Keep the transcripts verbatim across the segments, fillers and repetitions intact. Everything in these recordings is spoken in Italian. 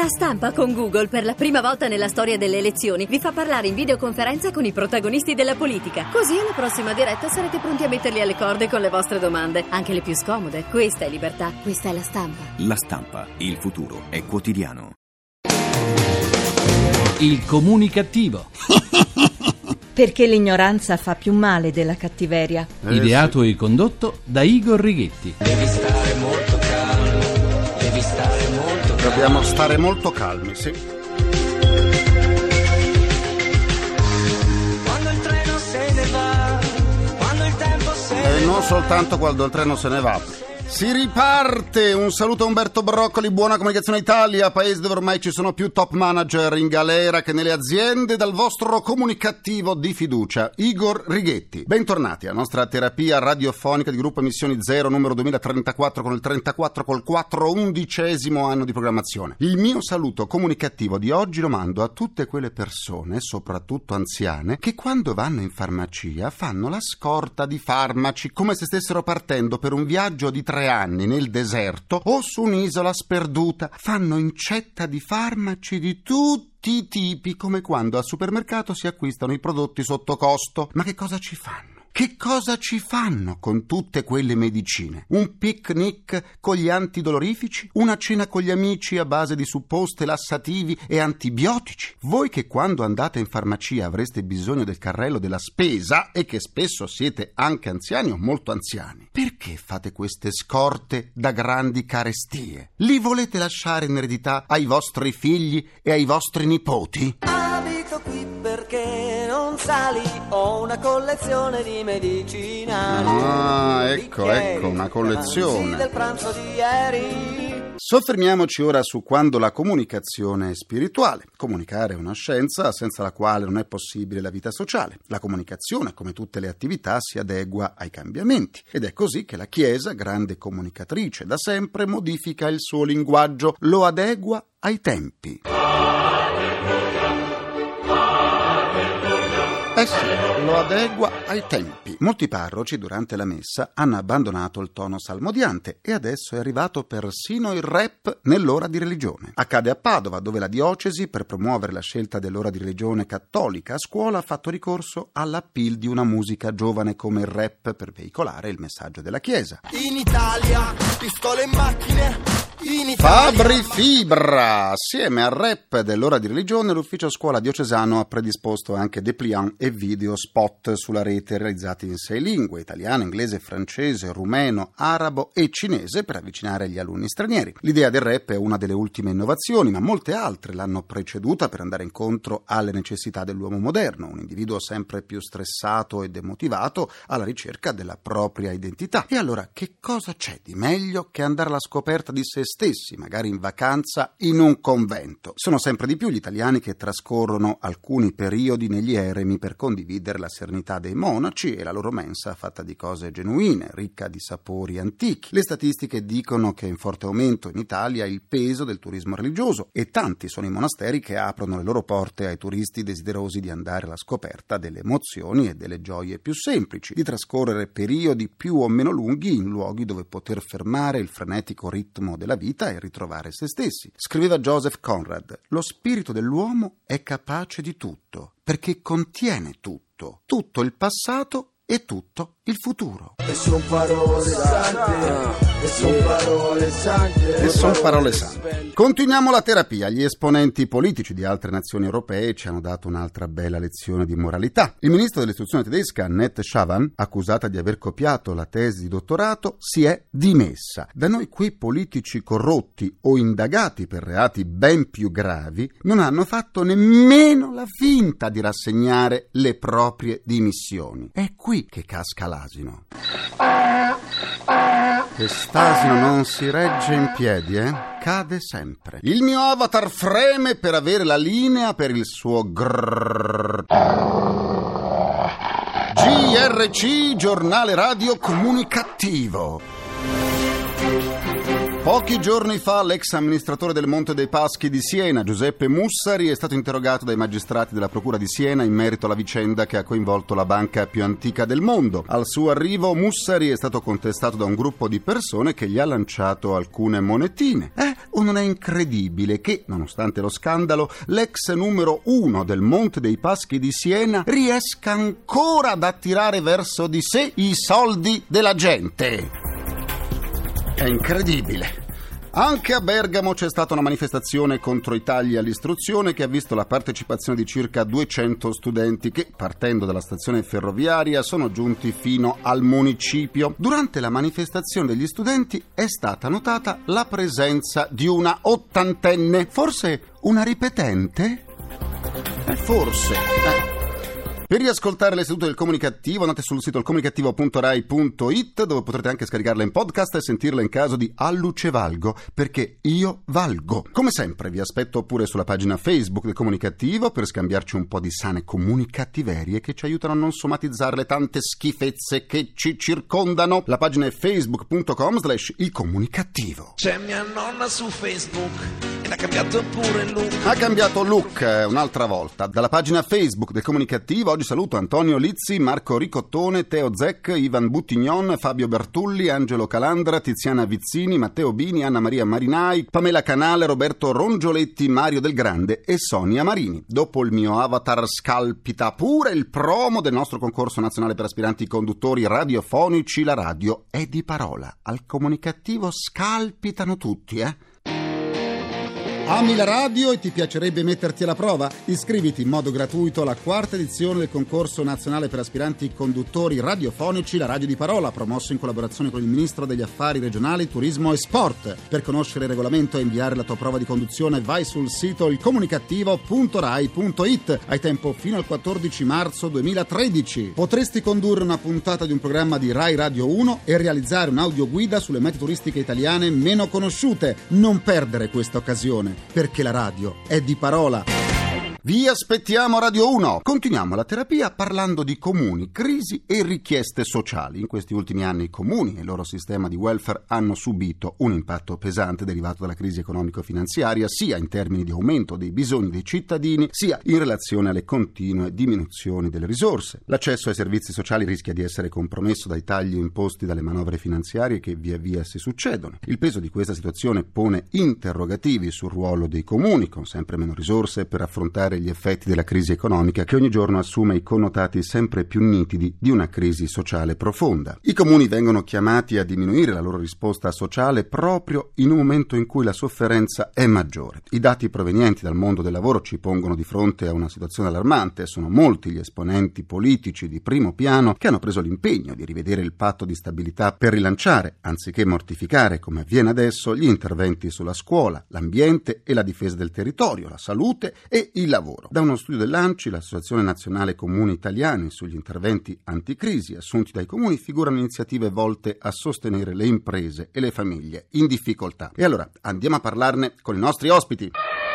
Stampa con Google, per la prima volta nella storia delle elezioni, vi fa parlare in videoconferenza con i protagonisti della politica. Così alla prossima diretta sarete pronti a metterli alle corde con le vostre domande, anche le più scomode. Questa è libertà, questa è La Stampa. La Stampa, il futuro è quotidiano. Il comunicativo. Perché l'ignoranza fa più male della cattiveria. Eh, Ideato sì. E condotto da Igor Righetti. Devi stare molto calmo, devi stare molto calmo. Dobbiamo stare molto calmi, sì. Quando il treno se ne va, quando il tempo se ne va. E non soltanto quando il treno se ne va. Si riparte! Un saluto a Umberto Broccoli, Buona Comunicazione Italia, paese dove ormai ci sono più top manager in galera che nelle aziende, dal vostro comunicativo di fiducia, Igor Righetti. Bentornati alla nostra terapia radiofonica di gruppo Emissioni Zero, numero duemilatrentaquattro, con il trentaquattro col quattro, undicesimo anno di programmazione. Il mio saluto comunicativo di oggi lo mando a tutte quelle persone, soprattutto anziane, che quando vanno in farmacia fanno la scorta di farmaci, come se stessero partendo per un viaggio di tre anni nel deserto o su un'isola sperduta. Fanno incetta di farmaci di tutti i tipi, come quando al supermercato si acquistano i prodotti sotto costo. Ma che cosa ci fanno? Che cosa ci fanno con tutte quelle medicine? Un picnic con gli antidolorifici? Una cena con gli amici a base di supposte lassativi e antibiotici? Voi che quando andate in farmacia avreste bisogno del carrello della spesa e che spesso siete anche anziani o molto anziani, perché fate queste scorte da grandi carestie? Li volete lasciare in eredità ai vostri figli e ai vostri nipoti? Abito qui perché non sali, ho una collezione di medicinali. Ah, ecco, ecco, una collezione. Del pranzo di ieri. Soffermiamoci ora su quando la comunicazione è spirituale. Comunicare è una scienza senza la quale non è possibile la vita sociale. La comunicazione, come tutte le attività, si adegua ai cambiamenti. Ed è così che la Chiesa, grande comunicatrice da sempre, modifica il suo linguaggio, lo adegua ai tempi. Eh sì, lo adegua ai tempi. Molti parroci durante la messa hanno abbandonato il tono salmodiante e adesso è arrivato persino il rap nell'ora di religione. Accade a Padova, dove la diocesi, per promuovere la scelta dell'ora di religione cattolica a scuola, ha fatto ricorso all'appeal di una musica giovane come il rap per veicolare il messaggio della Chiesa. In Italia, pistole e macchine. Fabri Fibra! Assieme al rap dell'ora di religione, l'ufficio scuola diocesano ha predisposto anche dépliant e video spot sulla rete realizzati in sei lingue: italiano, inglese, francese, rumeno, arabo e cinese, per avvicinare gli alunni stranieri. L'idea del rap è una delle ultime innovazioni, ma molte altre l'hanno preceduta per andare incontro alle necessità dell'uomo moderno, un individuo sempre più stressato e demotivato alla ricerca della propria identità. E allora, che cosa c'è di meglio che andare alla scoperta di se stessi, magari in vacanza in un convento? Sono sempre di più gli italiani che trascorrono alcuni periodi negli eremi per condividere la serenità dei monaci e la loro mensa fatta di cose genuine, ricca di sapori antichi. Le statistiche dicono che è in forte aumento in Italia il peso del turismo religioso e tanti sono i monasteri che aprono le loro porte ai turisti desiderosi di andare alla scoperta delle emozioni e delle gioie più semplici, di trascorrere periodi più o meno lunghi in luoghi dove poter fermare il frenetico ritmo della vita e ritrovare se stessi. Scriveva Joseph Conrad: lo spirito dell'uomo è capace di tutto, perché contiene tutto, tutto il passato e tutto il futuro. E son parole sante, e son parole sante, e son parole sante. Continuiamo la terapia. Gli esponenti politici di altre nazioni europee ci hanno dato un'altra bella lezione di moralità. Il ministro dell'istruzione tedesca, Annette Schavan, accusata di aver copiato la tesi di dottorato, si è dimessa. Da noi quei politici corrotti o indagati per reati ben più gravi non hanno fatto nemmeno la finta di rassegnare le proprie dimissioni. È qui che casca l'asino. Quest'asino non si regge in piedi, eh? Cade sempre. Il mio avatar freme per avere la linea per il suo grrrr. G R C, giornale radio comunicativo. Pochi giorni fa l'ex amministratore del Monte dei Paschi di Siena, Giuseppe Mussari, è stato interrogato dai magistrati della Procura di Siena in merito alla vicenda che ha coinvolto la banca più antica del mondo. Al suo arrivo Mussari è stato contestato da un gruppo di persone che gli ha lanciato alcune monetine. Eh, o non è incredibile che, nonostante lo scandalo, l'ex numero uno del Monte dei Paschi di Siena riesca ancora ad attirare verso di sé i soldi della gente? È incredibile. Anche a Bergamo c'è stata una manifestazione contro i tagli all'istruzione che ha visto la partecipazione di circa duecento studenti che, partendo dalla stazione ferroviaria, sono giunti fino al municipio. Durante la manifestazione degli studenti è stata notata la presenza di una ottantenne, forse una ripetente? Eh, forse. Eh. Per riascoltare le sedute del Comunicativo andate sul sito ilcomunicativo punto rai punto it, dove potrete anche scaricarla in podcast e sentirla in caso di Alluce Valgo, perché io valgo. Come sempre vi aspetto pure sulla pagina Facebook del Comunicativo per scambiarci un po' di sane comunicattiverie che ci aiutano a non somatizzare le tante schifezze che ci circondano. La pagina è facebook punto com slash il comunicativo. C'è mia nonna su Facebook e l'ha cambiato pure il look. Ha cambiato look eh, un'altra volta. Dalla pagina Facebook del Comunicativo oggi saluto Antonio Lizzi, Marco Ricottone, Teo Zec, Ivan Buttignon, Fabio Bertulli, Angelo Calandra, Tiziana Vizzini, Matteo Bini, Anna Maria Marinai, Pamela Canale, Roberto Rongioletti, Mario Del Grande e Sonia Marini. Dopo il mio avatar scalpita pure il promo del nostro concorso nazionale per aspiranti conduttori radiofonici. La radio è di parola. Al Comunicativo scalpitano tutti, eh? Ami la radio e ti piacerebbe metterti alla prova? Iscriviti in modo gratuito alla quarta edizione del concorso nazionale per aspiranti conduttori radiofonici La Radio di Parola, promosso in collaborazione con il Ministro degli Affari Regionali, Turismo e Sport. Per conoscere il regolamento e inviare la tua prova di conduzione vai sul sito ilcomunicativo punto rai punto it. Hai tempo fino al quattordici marzo duemilatredici. Potresti condurre una puntata di un programma di Rai Radio uno e realizzare un'audioguida sulle mete turistiche italiane meno conosciute. Non perdere questa occasione, perché la radio è di parola. Vi aspettiamo Radio uno. Continuiamo la terapia parlando di comuni, crisi e richieste sociali. In questi ultimi anni i comuni e il loro sistema di welfare hanno subito un impatto pesante derivato dalla crisi economico-finanziaria, sia in termini di aumento dei bisogni dei cittadini, sia in relazione alle continue diminuzioni delle risorse. L'accesso ai servizi sociali rischia di essere compromesso dai tagli imposti dalle manovre finanziarie che via via si succedono. Il peso di questa situazione pone interrogativi sul ruolo dei comuni, con sempre meno risorse per affrontare gli effetti della crisi economica che ogni giorno assume i connotati sempre più nitidi di una crisi sociale profonda. I comuni vengono chiamati a diminuire la loro risposta sociale proprio in un momento in cui la sofferenza è maggiore. I dati provenienti dal mondo del lavoro ci pongono di fronte a una situazione allarmante. Sono molti gli esponenti politici di primo piano che hanno preso l'impegno di rivedere il patto di stabilità per rilanciare, anziché mortificare come avviene adesso, gli interventi sulla scuola, l'ambiente e la difesa del territorio, la salute e il lavoro. Da uno studio dell'ANCI, l'Associazione Nazionale Comuni Italiani, sugli interventi anticrisi assunti dai comuni, figurano iniziative volte a sostenere le imprese e le famiglie in difficoltà. E allora andiamo a parlarne con i nostri ospiti.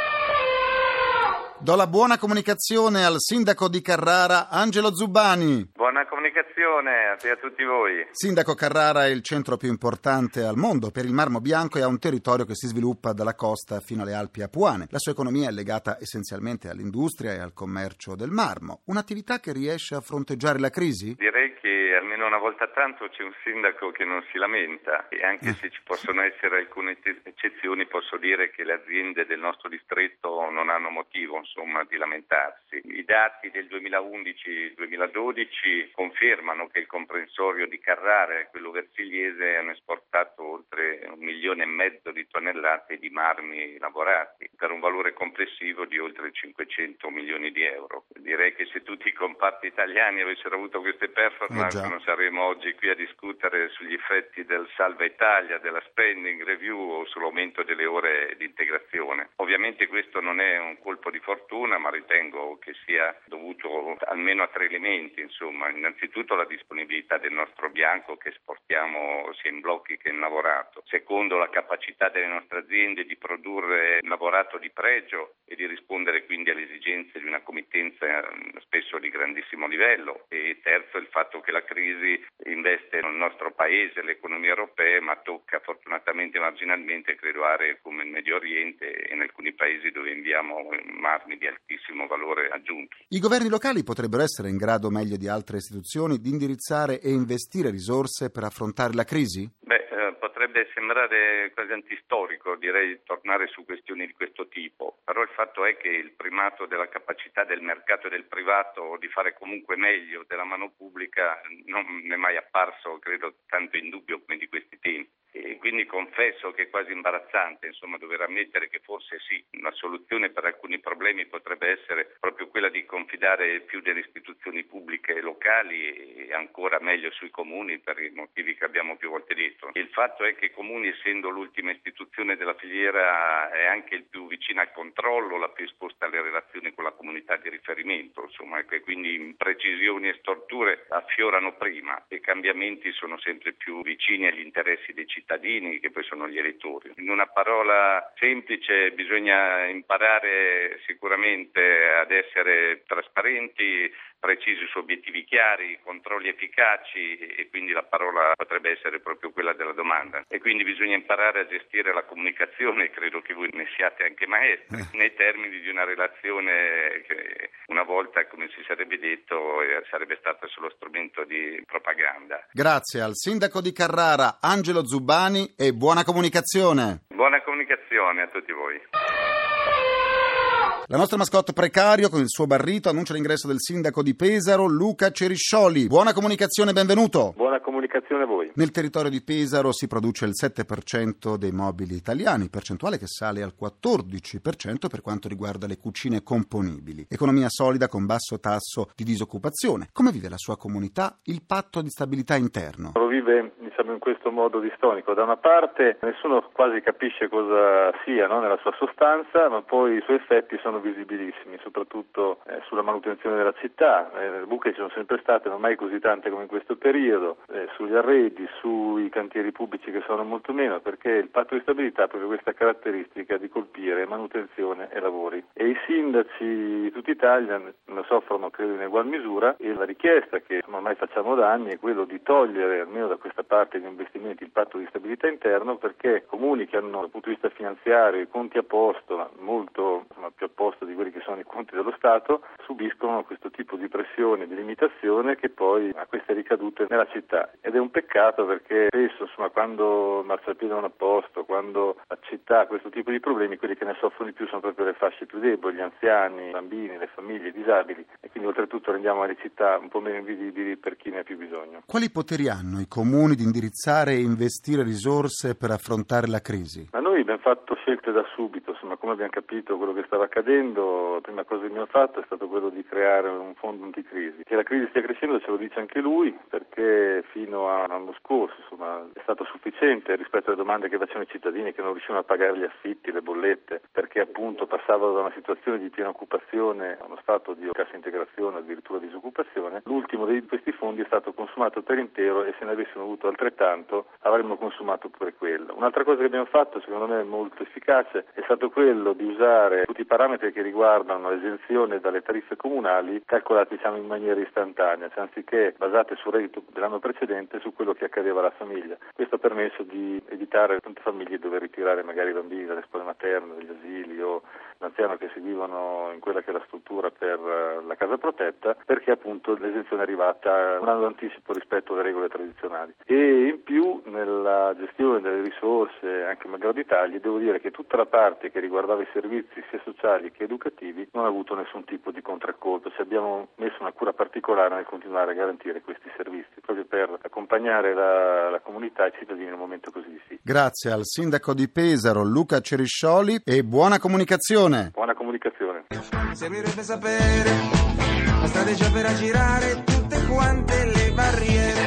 Do la buona comunicazione al sindaco di Carrara, Angelo Zubbani. Buona comunicazione a te e a tutti voi. Sindaco, Carrara è il centro più importante al mondo per il marmo bianco e ha un territorio che si sviluppa dalla costa fino alle Alpi apuane. La sua economia è legata essenzialmente all'industria e al commercio del marmo. Un'attività che riesce a fronteggiare la crisi? Direi che almeno una volta tanto c'è un sindaco che non si lamenta, e anche se ci possono essere alcune eccezioni posso dire che le aziende del nostro distretto non hanno motivo insomma di lamentarsi. I dati del duemilaundici duemiladodici confermano che il comprensorio di Carrara e quello versigliese hanno esportato oltre un milione e mezzo di tonnellate di marmi lavorati per un valore complessivo di oltre cinquecento milioni di euro. Direi che se tutti i comparti italiani avessero avuto queste performance non saremmo oggi qui a discutere sugli effetti del Salva Italia, della spending review o sull'aumento delle ore di integrazione. Ovviamente questo non è un colpo di fortuna, ma ritengo che sia dovuto almeno a tre elementi, insomma. Innanzitutto la disponibilità del nostro bianco che esportiamo sia in blocchi che in lavorato. Secondo, la capacità delle nostre aziende di produrre lavorato di pregio e di rispondere quindi alle esigenze di una committenza spesso di grandissimo livello. E terzo, il fatto che la crisi investe il nostro paese, le economie europee, ma tocca fortunatamente marginalmente, credo, aree come il Medio Oriente e in alcuni paesi dove inviamo marmi di altissimo valore aggiunto. I governi locali potrebbero essere in grado, meglio di altre istituzioni, di indirizzare e investire risorse per affrontare la crisi? Beh, eh, potrebbe sembrare quasi antistorico, direi, tornare su questioni di questo tipo, però il fatto è che il primato della capacità del mercato e del privato di fare comunque meglio della mano pubblica non è mai apparso, credo, tanto in dubbio come di questi tempi. E quindi confesso che è quasi imbarazzante, insomma, dover ammettere che forse sì, una soluzione per alcuni problemi potrebbe essere proprio quella di confidare più delle istituzioni pubbliche locali e ancora meglio sui comuni, per i motivi che abbiamo più volte detto. Il fatto è che i comuni, essendo l'ultima istituzione della filiera, è anche il più vicino al controllo, la più esposta alle relazioni con la comunità di riferimento, insomma, e quindi imprecisioni e storture affiorano prima e i cambiamenti sono sempre più vicini agli interessi dei cittadini, che poi sono gli elettori. In una parola semplice, bisogna imparare sicuramente ad essere trasparenti, precisi su obiettivi chiari, controlli efficaci, e quindi la parola potrebbe essere proprio quella della domanda. E quindi bisogna imparare a gestire la comunicazione, credo che voi ne siate anche maestri, nei termini di una relazione che una volta, come si sarebbe detto, sarebbe stata solo strumento di propaganda. Grazie al sindaco di Carrara, Angelo Zubbani, e buona comunicazione. Buona comunicazione a tutti voi. La nostra mascotte Precario, con il suo barrito, annuncia l'ingresso del sindaco di Pesaro, Luca Ceriscioli. Buona comunicazione, benvenuto. Buona comunicazione a voi. Nel territorio di Pesaro si produce il sette per cento dei mobili italiani, percentuale che sale al quattordici per cento per quanto riguarda le cucine componibili. Economia solida con basso tasso di disoccupazione. Come vive la sua comunità il patto di stabilità interno? Lo vive, diciamo, in questo modo distonico. Da una parte nessuno quasi capisce cosa sia, no, nella sua sostanza, ma poi i suoi effetti sono visibilissimi, soprattutto eh, sulla manutenzione della città. Eh, le buche ci sono sempre state, ma mai così tante come in questo periodo, eh, sugli arredi, sui cantieri pubblici che sono molto meno, perché il patto di stabilità ha proprio questa caratteristica di colpire manutenzione e lavori. E i sindaci di tutta Italia ne soffrono, credo, in egual misura, e la richiesta che ormai facciamo da anni è quello di togliere, almeno da questa parte di investimenti, il patto di stabilità interno, perché comuni che hanno dal punto di vista finanziario i conti a posto, molto insomma, più a posto di quelli che sono i conti dello Stato, subiscono questo tipo di pressione, di limitazione che poi ha queste ricadute nella città. Ed è un peccato, perché spesso, insomma, quando il marciapiede non a posto, quando la città ha questo tipo di problemi, quelli che ne soffrono di più sono proprio le fasce più deboli, gli anziani, i bambini, le famiglie, i disabili, e quindi oltretutto rendiamo le città un po' meno invisibili per chi ne ha più bisogno. Quali poteri hanno i comuni di indirizzare e investire risorse per affrontare la crisi? Ma noi abbiamo fatto scelte da subito, insomma, come abbiamo capito quello che stava accadendo, la prima cosa che abbiamo fatto è stato quello di creare un fondo anticrisi. Che la crisi stia crescendo ce lo dice anche lui, perché fino all'anno scorso, insomma, è stato sufficiente rispetto alle domande che facevano i cittadini, che non riuscivano a pagare gli affitti, le bollette, perché appunto passavano da una situazione di piena occupazione a uno stato di cassa integrazione, addirittura disoccupazione. L'ultimo di questi fondi è stato consumato per intero, e se ne avessimo avuto altrettanto avremmo consumato pure quello. Un'altra cosa che abbiamo fatto, secondo me molto efficace, è stato quello di usare tutti i parametri che riguardano l'esenzione dalle tariffe comunali, calcolati, diciamo, in maniera istantanea, cioè anziché basate sul reddito dell'anno precedente, su quello che accadeva alla famiglia. Questo ha permesso di evitare a tante famiglie di dover ritirare magari i bambini dalle scuole materne, dagli asili, o l'anziano che seguivano in quella che è la struttura per la casa protetta, perché appunto l'esenzione è arrivata un anno d'anticipo rispetto alle regole tradizionali. E in più, nella gestione delle risorse, anche malgrado Italia, devo dire che tutta la parte che riguardava i servizi sia sociali che educativi non ha avuto nessun tipo di contraccolpo. Ci abbiamo messo una cura particolare nel continuare a garantire questi servizi, proprio per accompagnare la, la comunità e i cittadini in un momento così difficile. Grazie al sindaco di Pesaro, Luca Ceriscioli, e buona comunicazione. Buona comunicazione. Servirebbe sapere la strategia per aggirare tutte quante le barriere,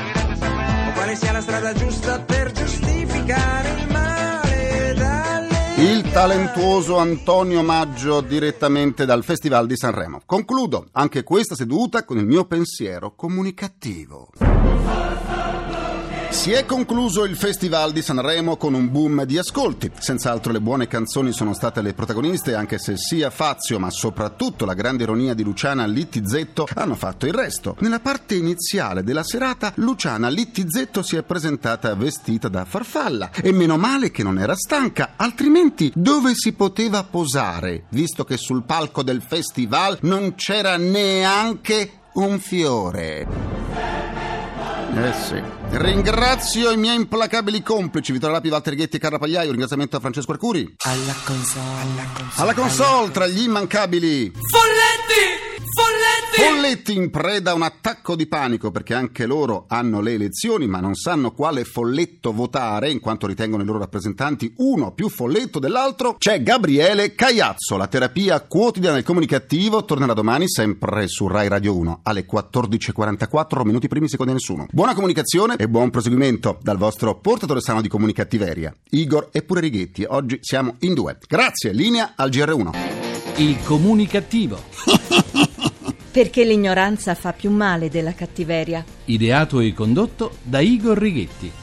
o quale sia la strada giusta per giustificare il male dalle... Il talentuoso Antonio Maggio, direttamente dal Festival di Sanremo. Concludo anche questa seduta con il mio pensiero comunicativo. Si è concluso il Festival di Sanremo con un boom di ascolti. Senz'altro le buone canzoni sono state le protagoniste, anche se sia Fazio, ma soprattutto la grande ironia di Luciana Littizzetto hanno fatto il resto. Nella parte iniziale della serata, Luciana Littizzetto si è presentata vestita da farfalla. E meno male che non era stanca, altrimenti dove si poteva posare, visto che sul palco del festival non c'era neanche un fiore. Eh sì. Ringrazio i miei implacabili complici Vittorio Lapi, Walter Ghetti e Carla Pagliaio. Un ringraziamento a Francesco Arcuri Alla console, alla console, alla console tra gli immancabili Folletti! Folletti! Folletti in preda a un attacco di panico, perché anche loro hanno le elezioni ma non sanno quale folletto votare, in quanto ritengono i loro rappresentanti uno più folletto dell'altro. C'è Gabriele Caiazzo. La terapia quotidiana del comunicativo tornerà domani sempre su Rai Radio uno alle quattordici e quarantaquattro, minuti primi, secondi a nessuno. Buona comunicazione e buon proseguimento dal vostro portatore sano di comunicattiveria, Igor e pure Righetti. Oggi siamo in due. Grazie, linea al G R uno. Il comunicativo. Perché l'ignoranza fa più male della cattiveria. Ideato e condotto da Igor Righetti.